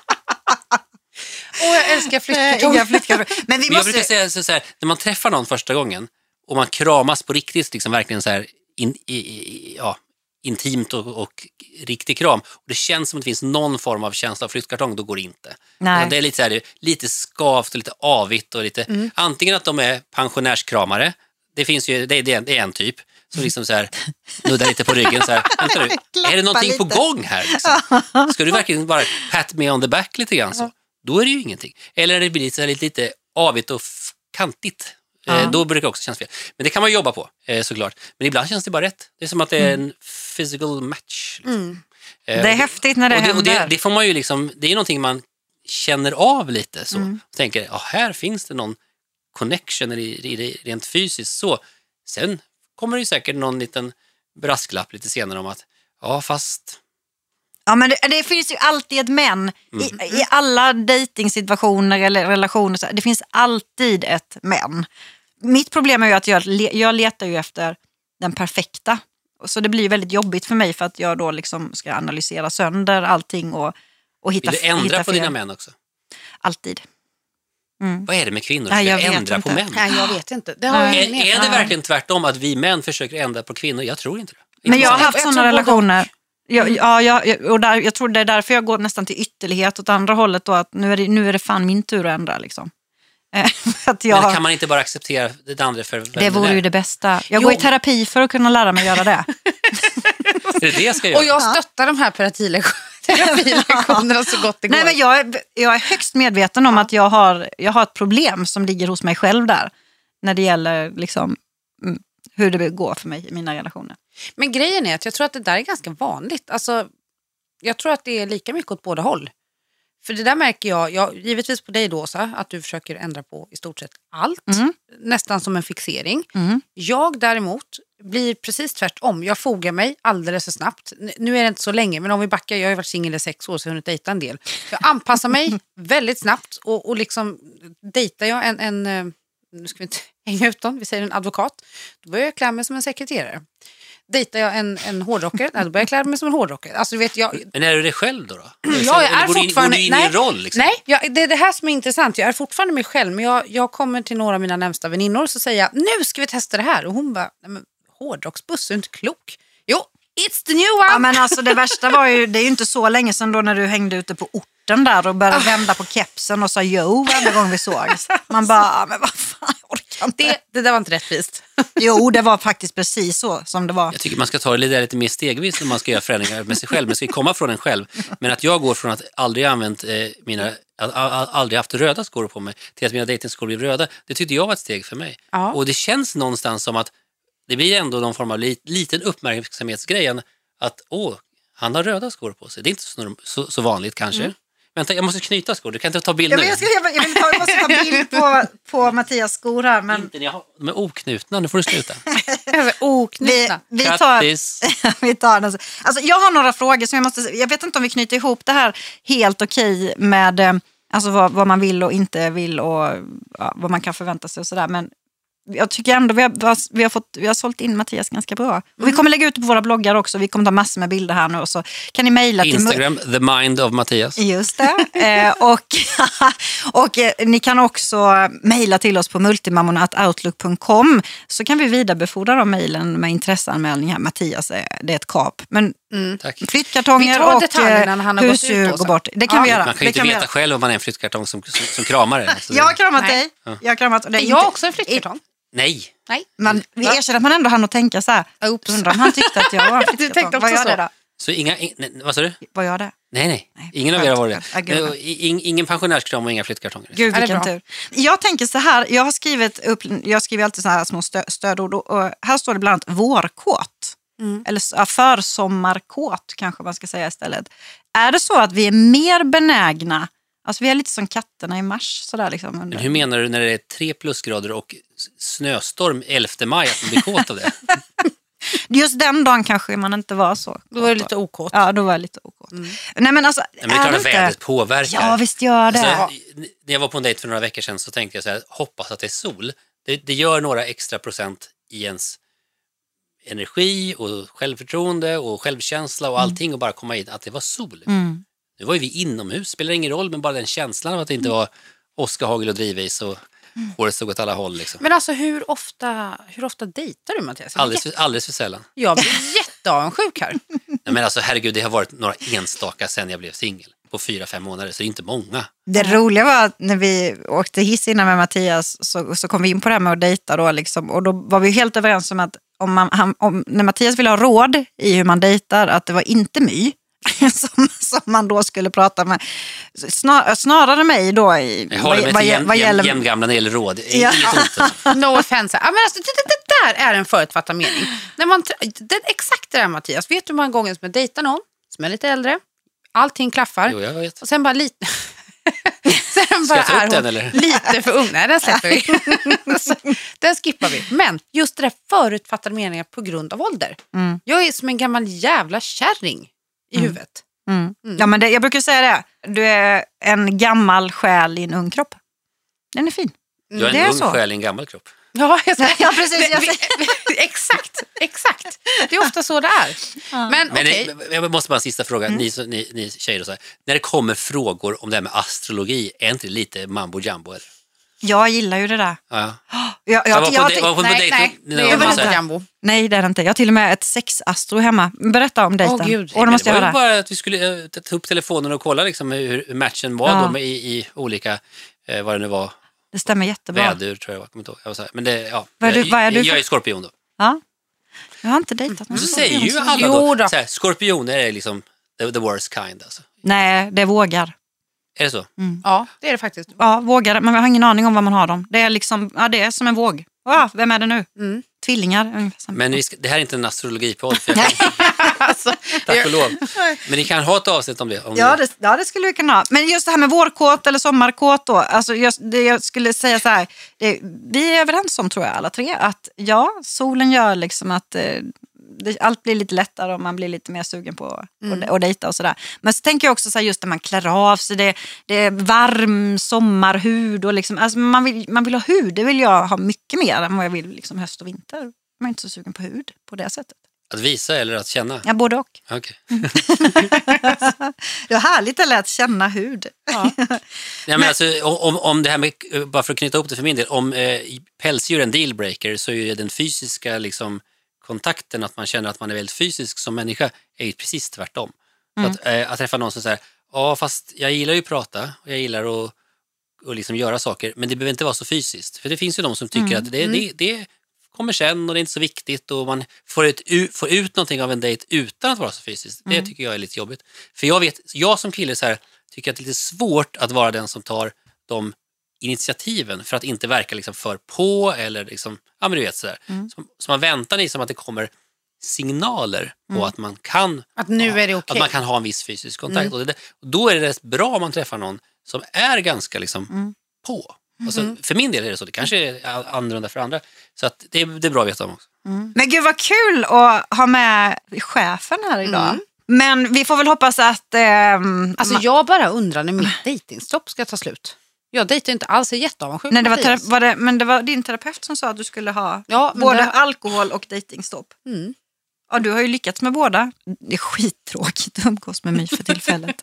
A: Åh, jag älskar flyttkartonger.
B: Inga flyttkartonger. Men vi
C: Men jag
B: måste...
C: brukar säga så, så här, när man träffar någon första gången och man kramas på riktigt, liksom verkligen så här in, i, i, ja, intimt och, och riktig kram. Och det känns som att det finns någon form av känsla av flyttkartong, då går det inte.
B: Nej.
C: Det är lite, så här, lite skavt och lite avigt och lite,
A: Mm.
C: antingen att de är pensionärskramare. Det finns ju, det är, det är, en, det är en typ som liksom så här nuddar lite på ryggen så här. Vänta nu, är det någonting
B: lite.
C: på gång här liksom? Ska du verkligen bara pat me on the back lite grann så? Då är det ju ingenting. Eller när det blir så här lite, lite avigt och f- kantigt.
B: Ja.
C: Eh, då brukar det också kännas fel. Men det kan man jobba på, eh, såklart. Men ibland känns det bara rätt. Det är som att det är en physical match. Liksom.
A: Mm.
C: Eh,
B: Det är häftigt när det
C: och det, och
B: händer.
C: det, det får man ju liksom, det är någonting man känner av lite så.
B: Mm.
C: Och tänker, ja, här finns det någon connection i, i, i, rent fysiskt så. Sen kommer det ju säkert någon liten brasklapp lite senare om att ja, fast
B: Ja, men det, det finns ju alltid ett men.
C: Mm.
B: I, I alla dejtingsituationer eller relationer, så det finns alltid ett men. Mitt problem är ju att jag, le- jag letar ju efter den perfekta. Så det blir väldigt jobbigt för mig för att jag då liksom ska analysera sönder allting och, och hitta
C: vill du ändra
B: hitta
C: på
B: fel.
C: dina män också?
B: Alltid.
C: Mm. Vad är det med kvinnor
B: som
C: ska ändra på män?
A: Nej, jag vet inte. Det har
C: är, är det verkligen tvärtom att vi män försöker ändra på kvinnor? Jag tror inte det.
B: Men jag har haft sådana relationer. Jag, ja, jag, och där, jag tror det är därför jag går nästan till ytterlighet åt andra hållet då, att nu är det, nu är det fan min tur att ändra liksom. att jag,
C: men kan man inte bara acceptera det andra för vem
B: det vore
C: det
B: ju det bästa. Jag
A: jo.
B: går i terapi för att kunna lära mig göra det.
C: är det det jag ska göra?
A: Och jag stöttar de här terapilektionerna så gott det går.
B: Nej, men jag, är, jag är högst medveten om ja. att jag har, jag har ett problem som ligger hos mig själv där. När det gäller liksom, hur det går för mig i mina relationer.
A: Men grejen är att jag tror att det där är ganska vanligt. Alltså, jag tror att det är lika mycket åt båda håll. För det där märker jag, jag givetvis på dig då, Åsa, att du försöker ändra på i stort sett allt. Mm. Nästan som en fixering. Mm. Jag däremot blir precis tvärtom. Jag fogar mig alldeles för snabbt. Nu är det inte så länge, men om vi backar, jag har ju varit singel i sex år så jag har hunnit dejta en del. Jag anpassar mig väldigt snabbt och, och liksom dejtar jag en, en, nu ska vi inte hänga ut dem, vi säger en advokat, då börjar jag klä mig som en sekreterare. Dejtar jag en, en hårdrockare, då börjar jag klä mig som en hårdrockare. Alltså, du vet, jag...
C: Men är du det själv då? då?
A: Ja, jag är
C: går
A: fortfarande...
C: Du in, går du in i en roll? Liksom?
A: Nej, jag, det är det här som är intressant. Jag är fortfarande mig själv, men jag, jag kommer till några av mina närmsta väninnor så säger jag, nu ska vi testa det här. Och hon bara, nej men hårdrocksbuss är inte klok. Jo, it's the new one!
B: Ja, men alltså det värsta var ju, det är ju inte så länge sedan då när du hängde ute på orten där och började oh. vända på kepsen och sa jo varje gång vi sågs. Man bara, men vad fan, jag orkar inte.
A: Det, det där var inte rättvist.
B: Jo, det var faktiskt precis så som det var.
C: Jag tycker man ska ta det lite, lite mer stegvis när man ska göra förändringar med sig själv. Men ska komma från en själv. Men att jag går från att aldrig använt eh, mina, att aldrig haft röda skor på mig till att mina datingskor blir röda. Det tyckte jag var ett steg för mig. Ja. Och det känns någonstans som att det blir ändå någon form av lit, liten uppmärksamhetsgrejen att åh, han har röda skor på sig. Det är inte så, så, så vanligt kanske. Mm. Vänta, jag måste knyta skor. Du kan inte ta bild nu.
B: Ja, jag, ska, jag, jag, vill ta, jag måste ta bild på, på Mattias skor här. Men...
C: Inte, jag har, de är oknutna, nu får du sluta.
A: oknutna.
B: Vi, vi tar, vi tar den. Alltså, jag har några frågor som jag måste... Jag vet inte om vi knyter ihop det här helt okej med alltså, vad, vad man vill och inte vill och ja, vad man kan förvänta sig och sådär. Men jag tycker ändå vi har, vi har, fått, vi har sålt in Mattias ganska bra. Mm. Och vi kommer lägga ut det på våra bloggar också. Vi kommer ta massor med bilder här nu. Och så kan ni mejla till
C: Instagram, The Mind of Mattias.
B: Just det. eh, och och eh, ni kan också mejla till oss på multimammorna at outlook punkt com. Så kan vi vidarebefordra de mejlen med intresseanmälning här. Mattias, är, det är ett kap. Men
C: mm.
B: flyttkartonger och husdjur går bort. Det kan ja. vi göra.
C: Man kan ju inte veta själv om man är en flyttkartong som, som, som kramar det.
B: Alltså, jag har kramat Nej. dig. Ja. Jag har kramat dig.
A: Jag är också en flyttkartong.
C: Nej.
A: Nej.
B: Man, vi erkänner att man ändå hann att tänka så här.
A: Oops.
B: Undrar om han tyckte att jag var en flyttkartong. Vad gör det då?
C: Så inga, in, vad sa du?
B: Vad gör det?
C: Nej, nej. nej ingen av er har varit det. In, ingen pensionärskram och inga flyttkartonger.
B: Gud, vilken tur. Jag tänker så här. Jag har skrivit upp, jag skriver alltid så här små stö, stödord. Och här står det bland annat vårkåt. Mm. Eller försommarkåt kanske man ska säga istället. Är det så att vi är mer benägna? Alltså vi är lite som katterna i mars. Sådär liksom under.
C: Men hur menar du när det är tre plusgrader och snöstorm elfte maj att man blir kåt av det?
B: Just den dagen kanske man inte var så.
A: Då var det lite okåt.
B: Ja, då var jag lite okåt. Mm. Nej, men alltså,
C: Nej, men det är klart att vädret inte... påverkar.
B: Ja, visst gör det. Alltså,
C: när jag var på en dejt för några veckor sedan så tänkte jag så här, hoppas att det är sol. Det, det gör några extra procent i ens energi och självförtroende och självkänsla och allting mm. och bara komma in att det var sol. Mm. Nu var ju vi inomhus, spelar ingen roll, men bara den känslan av att det inte var Oskar Hagel och drivis och mm. håret stod åt alla håll. Liksom.
A: Men alltså hur ofta, hur ofta dejtar du, Mattias?
C: Alldeles för, alldeles för sällan.
A: Jag blir jätteavundsjuk här.
C: Nej, men alltså herregud, det har varit några enstaka sedan jag blev singel. På fyra, fem månader, så det är inte många.
B: Det roliga var att när vi åkte hiss innan med Mattias så, så kom vi in på det här med att dejta då liksom, och då var vi helt överens om att om man, han, om, när Mattias ville ha råd i hur man dejtar, att det var inte My som, som man då skulle prata med. Snar, snarare mig då i,
C: jag håller med till jäm, vad gäller jäm, gamla när det gäller råd.
B: Ja.
A: No offense. Ja, men alltså, det, det där är en förutfattad mening. När man, det, exakt det där, Mattias. Vet du hur många gånger som jag dejtar någon som är lite äldre? Allting klaffar.
C: Jo, jag vet.
A: Och sen bara lite... sen bara är
C: den, eller?
A: lite för ung. Nej, den släpper vi. Den skippar vi. Men just det där förutfattade meningar på grund av ålder. Mm. Jag är som en gammal jävla kärring i
B: mm.
A: huvudet.
B: Mm. Mm. Ja, men det, jag brukar säga det. Du är en gammal själ i en ung kropp. Den är fin.
C: Du är en
B: det är
C: ung
B: så.
C: själ i en gammal kropp.
A: Ja, jag säger,
B: ja precis. Jag
A: exakt, exakt. Det är ofta så det är. Ja. Men,
C: Men
A: okay.
C: det, jag måste bara en sista fråga. Mm. Ni, ni, ni tjejer och så här. När det kommer frågor om det här med astrologi, är inte lite mambo jumbo? Eller?
B: Jag gillar ju det där.
C: Ja.
B: Jag, jag,
C: Jag var på,
B: jag,
C: de, var på
A: nej,
C: dejt.
A: nej,
C: när
A: det
C: de
A: är
C: var
A: väl
C: så
A: inte
C: här-
A: Jambo.
B: Nej, det är det inte. Jag har till och med ett sexastro hemma. Berätta om dejten.
A: Åh, gud.
B: Och då måste
C: det
B: jag
C: var
B: höra.
C: ju bara att vi skulle eh, ta upp telefonen och kolla liksom hur hur matchen var
B: Ja.
C: då med, i, i olika, eh, vad det nu var,
B: Det stämmer jättebra.
C: vädur tror jag, jag kommer inte ihåg. Jag var så här, men det, ja.
B: Vad är du-
C: jag,
B: vad är du
C: jag,
B: för-
C: jag är skorpion då.
B: Ja. Jag har inte dejtat någon.
C: Så säger ju alla
A: Jo
C: då,
A: då.
C: Så här, skorpioner är liksom the, the worst kind alltså.
B: Nej, det vågar.
C: Är det så?
A: Ja, det är det faktiskt.
B: Ja, vågar. Men jag har ingen aning om vad man har dem. Det är liksom, ja, det är som en våg. Ja, vem är det nu?
A: Mm.
B: Tvillingar ungefär. Som.
C: Men vi ska, det här är inte en astrologipodd, för jag kan,
A: Alltså,
C: tack och lov. Men ni kan ha ett avsnitt om det. Om
B: Ja
C: det.
B: det, ja, det skulle vi kunna ha. Men just det här med vårkåt eller sommarkåt då. Alltså just det jag skulle säga så här. Det, vi är överens om, tror jag, alla tre. Att ja, solen gör liksom att eh, det, allt blir lite lättare och man blir lite mer sugen på mm. att, att dejta och sådär. Men så tänker jag också så här, just när man klär av sig. Det, det är varm sommarhud och liksom, alltså man, vill, man vill ha hud. Det vill jag ha mycket mer än vad jag vill liksom höst och vinter. Man är inte så sugen på hud på det sättet.
C: Att visa eller att känna?
B: Ja, både och.
C: Okej.
B: Det är härligt eller att känna hud.
A: ja.
C: Nej, men alltså, om, om det här med, bara för att knyta ihop det för min del, om eh, pälsdjur är en dealbreaker så är ju den fysiska liksom, kontakten, att man känner att man är väldigt fysisk som människa, är ju precis tvärtom. Mm. Så att, eh, att träffa någon som säger, ja fast jag gillar ju att prata och jag gillar att och liksom göra saker, men det behöver inte vara så fysiskt. För det finns ju de som tycker mm. att det, mm. det, det kommer sen och det är inte så viktigt och man får, ett, får ut någonting av en dejt utan att vara så fysiskt. Mm. Det tycker jag är lite jobbigt. För jag vet, jag som kille så här, tycker att det är lite svårt att vara den som tar de initiativen för att inte verka liksom för på eller liksom, ja men du vet sådär. Mm. Så, så man väntar liksom att det kommer signaler på mm. att man kan
A: att nu är det okej.
C: Att man kan ha en viss fysisk kontakt.
A: Mm.
C: Och, det, och då är det rätt bra om man träffar någon som är ganska liksom mm. på. Alltså, mm. För min del är det så. Det kanske är annorlunda för andra. Så att det, det är bra att veta om också.
B: Mm. Men gud vad kul att ha med chefen här idag. Mm. Men vi får väl hoppas att... Eh,
A: alltså ma- jag bara undrar när mitt dejtingstopp ska ta slut. Jag dejtar inte alls, är jätteavundsjuk.
B: Nej, det var, tera- var det, men det var din terapeut som sa att du skulle ha ja, både det... alkohol och dejtingstopp. Mm. Ja, du har ju lyckats med båda. Det är skittråkigt att umgås med mig för tillfället.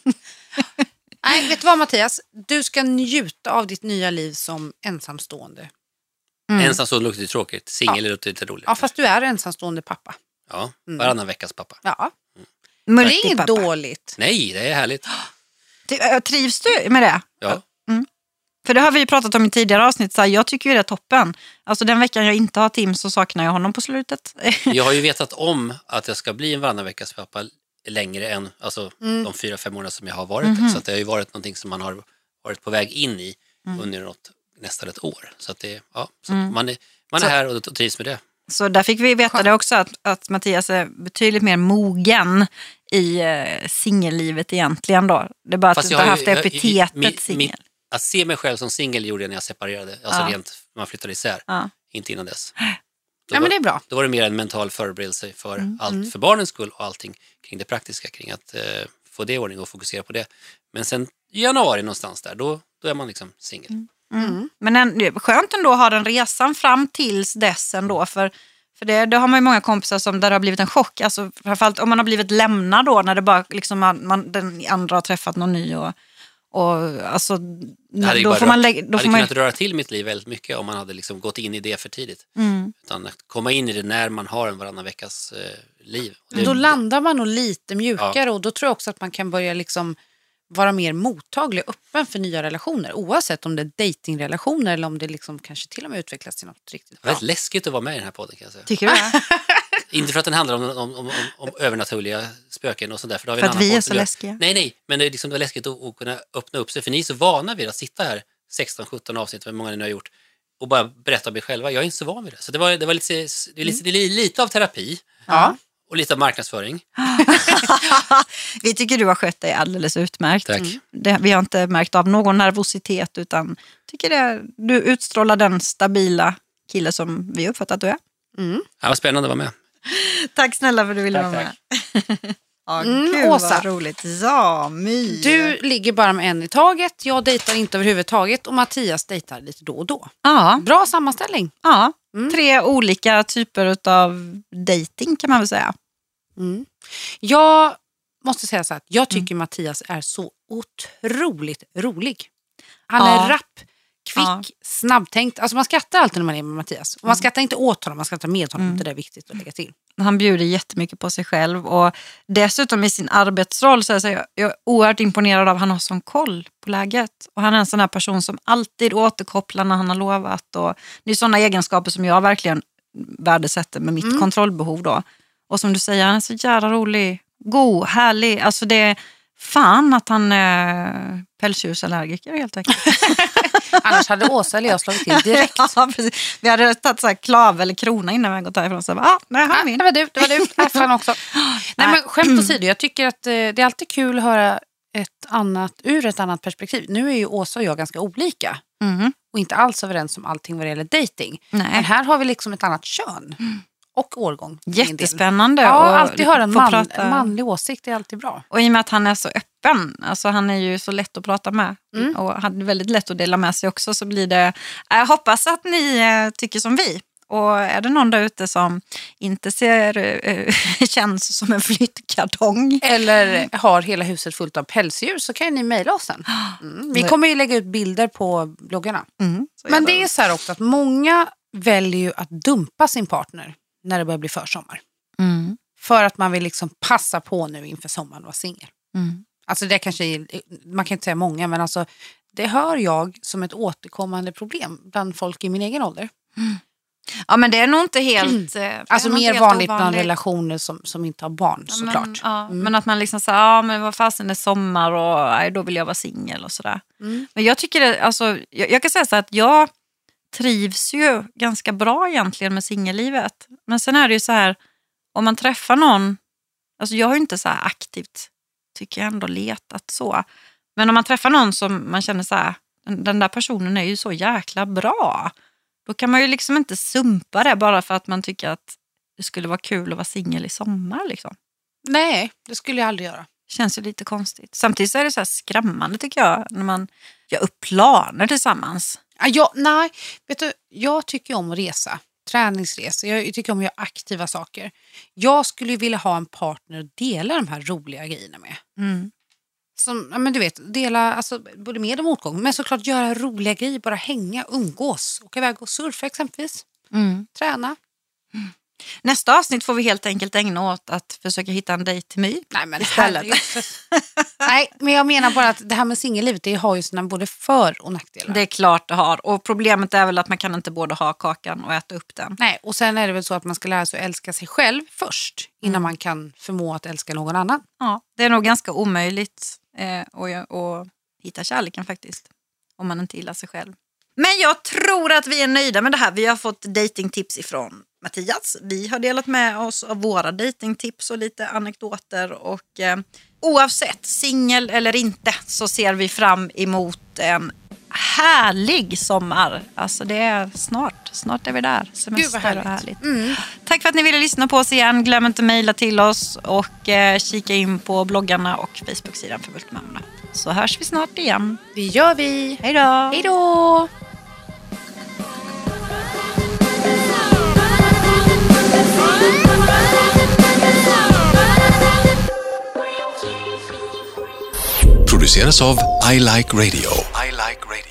A: Nej, vet du vad Mattias? Du ska njuta av ditt nya liv som ensamstående.
C: Mm. Ensamstående luktar ju tråkigt. Singel ja. Luktar lite roligt.
A: Ja, fast du är ensamstående pappa.
C: Ja, varannan mm. veckas pappa.
A: Ja. Mm. Det är inget pappa. Dåligt.
C: Nej, det är härligt.
B: Trivs du med det?
C: Ja.
B: Mm. För det har vi ju pratat om i tidigare avsnitt. Så här, jag tycker ju det är toppen. Alltså den veckan jag inte har Tim så saknar jag honom på slutet.
C: Jag har ju vetat om att jag ska bli en varannan veckas pappa längre än alltså, mm. de fyra, fem månader som jag har varit. Mm-hmm. Så att det har ju varit någonting som man har varit på väg in i mm. under något, nästan ett år. Så att det, ja, så mm. man, är, man är så, här och trivs med det.
B: Så där fick vi veta det också att, att Mattias är betydligt mer mogen i eh, singellivet egentligen då. Det är bara
C: Fast
B: att du har haft epitetet singel.
C: Att se mig själv som singel gjorde jag när jag separerade. Alltså ja. Rent, man flyttade isär. Ja. Inte innan dess. Då
A: ja, men det är bra.
C: Då var det mer en mental förberedelse för mm. allt,
A: mm.
C: för barnens skull och allting kring det praktiska, kring att eh, få det i ordning och fokusera på det. Men sen i januari någonstans där, då, då är man liksom singel.
B: Mm. Mm. Men en, det är skönt ändå att ha den resan fram tills dess ändå, för, för det, det har man ju många kompisar som där det har blivit en chock. Alltså framförallt om man har blivit lämnad då, när det bara liksom man, man, den andra har träffat någon ny och Och alltså, då får man lägga, då
C: hade
B: får man
C: kunnat röra till mitt liv väldigt mycket om man hade liksom gått in i det för tidigt.
B: Mm.
C: Utan att komma in i det när man har en varannan veckas eh, liv. Det,
A: då landar man nog lite mjukare ja. Och då tror jag också att man kan börja liksom vara mer mottaglig och öppen för nya relationer. Oavsett om det är datingrelationer eller om det liksom kanske till och med utvecklas till något riktigt bra.
C: Det är väldigt läskigt att vara med i den här podden, kan jag säga.
B: Tycker du det?
C: Inte för att den handlar om, om, om, om, om övernaturliga spöken och sådär. För, då har vi
B: för
C: en
B: att vi är
C: podd.
B: så läskiga?
C: Nej, nej. Men det är liksom det är läskigt att, att kunna öppna upp sig. För ni är så vana vid att sitta här sexton sjutton avsnitt, vad många ni har gjort, och bara berätta om er själva. Jag är inte så van vid det. Så det var, det var lite, det är lite, det är lite av terapi.
A: Ja.
C: Och lite av marknadsföring.
B: Vi tycker du har skött dig alldeles utmärkt.
C: Tack.
B: Mm. Det, vi har inte märkt av någon nervositet, utan tycker det, du utstrålar den stabila kille som vi uppfattar att du är.
A: Mm.
C: Ja, vad spännande att vara med.
B: Tack snälla för att du ville
C: tack,
B: vara med. Ja,
A: mm,
B: gud
A: Åsa,
B: vad roligt. Ja, my.
A: Du ligger bara med en i taget. Jag dejtar inte överhuvudtaget och Mattias dejtar lite då och då.
B: Ja.
A: Bra sammanställning.
B: Ja,
A: mm.
B: tre olika typer av dating kan man väl säga.
A: Mm. Jag måste säga så här, jag tycker mm. Mattias är så otroligt rolig. Han
B: ja.
A: är rapp, Kvick, ja. snabbtänkt. Alltså man skrattar alltid när man är med Mattias. Och man skrattar inte åt honom, man skrattar med honom. Mm. Det är viktigt att lägga till.
B: Han bjuder jättemycket på sig själv. Och dessutom i sin arbetsroll så är jag, jag är oerhört imponerad av att han har sån koll på läget. Och han är en sån här person som alltid återkopplar när han har lovat. Och det är sådana egenskaper som jag verkligen värdesätter med mitt mm. kontrollbehov då. Och som du säger, han är så jävla rolig, god, härlig. Alltså det är fan att han är pälsdjursallergiker helt enkelt.
A: Annars hade Åsa eller jag slagit till direkt.
B: Ja, precis. Vi hade tagit så här klav eller krona innan vi gått därifrån. Så ah, nej, han
A: ah, det var du, det var du. Äh, också. Nej, men skämt åsido, jag tycker att eh, det är alltid kul att höra ett annat, ur ett annat perspektiv. Nu är ju Åsa och jag ganska olika. Mm. Och inte alls överens om allting vad det gäller dating. Nej. Men här har vi liksom ett annat kön. Mm. Och årgång.
B: Jättespännande.
A: Ja, och alltid höra en man, prata... manlig åsikt är alltid bra.
B: Och i och med att han är så öppen, alltså han är ju så lätt att prata med. Mm. Och han är väldigt lätt att dela med sig också, så blir det... Jag hoppas att ni äh, tycker som vi. Och är det någon där ute som inte ser äh, känns som en flyttkartong.
A: Eller har hela huset fullt av pälsdjur, så kan ni mejla oss sen. Mm. Vi kommer ju lägga ut bilder på bloggarna. Mm. Men det är så här också att många väljer ju att dumpa sin partner när det börjar bli försommar. Mm. För att man vill liksom passa på nu inför sommaren och vara singel. Mm. Alltså det kanske är, man kan inte säga många, men alltså det hör jag som ett återkommande problem bland folk i min egen ålder.
B: Mm. Ja, men det är nog inte helt... Mm.
A: Alltså mer vanligt ovanligt bland relationer som, som inte har barn, ja, såklart.
B: Men, ja, mm. men att man liksom säger, ja men vad fasen är sommar och nej, då vill jag vara singel och sådär. Mm. Men jag tycker det, alltså, jag, jag kan säga så att jag trivs ju ganska bra egentligen med singellivet. Men sen är det ju så här, om man träffar någon, alltså jag har ju inte så här aktivt, tycker jag ändå, letat så. Men om man träffar någon som man känner så här, den, den där personen är ju så jäkla bra. Då kan man ju liksom inte sumpa det bara för att man tycker att det skulle vara kul att vara singel i sommar liksom.
A: Nej, det skulle jag aldrig göra.
B: Känns ju lite konstigt. Samtidigt så är det så här skrämmande tycker jag, när man gör upp planer tillsammans.
A: Ja, nej, vet du, jag tycker om att resa, träningsresor, jag tycker om att göra aktiva saker. Jag skulle vilja ha en partner att dela de här roliga grejerna med. Mm. Som, ja, men du vet, dela alltså, både med och motgång, men såklart göra roliga grejer, bara hänga, umgås, åka iväg och surfa exempelvis, mm. träna.
B: Mm. Nästa avsnitt får vi helt enkelt ägna åt att försöka hitta en dejt till My.
A: Nej, men Nej, men jag menar bara att det här med singellivet, det har ju sina både för- och nackdelar.
B: Det är klart det har. Och problemet är väl att man kan inte både ha kakan och äta upp den.
A: Nej, och sen är det väl så att man ska lära sig att älska sig själv först, innan mm. man kan förmå att älska någon annan.
B: Ja, det är nog ganska omöjligt eh, att, att hitta kärleken faktiskt, om man inte gillar sig själv. Men jag tror att vi är nöjda med det här. Vi har fått datingtips ifrån Mattias. Vi har delat med oss av våra datingtips och lite anekdoter. Och eh, oavsett, singel eller inte, så ser vi fram emot en härlig sommar. Alltså det är snart. Snart är vi där. Semester. Gud vad härligt. Och härligt. Mm. Tack för att ni ville lyssna på oss igen. Glöm inte att mejla till oss och eh, kika in på bloggarna och Facebook-sidan för Bultmammorna. Så hörs vi snart igen.
A: Det gör vi.
B: Hej då.
A: Hej då.
D: Produceras av I Like Radio. I Like Radio.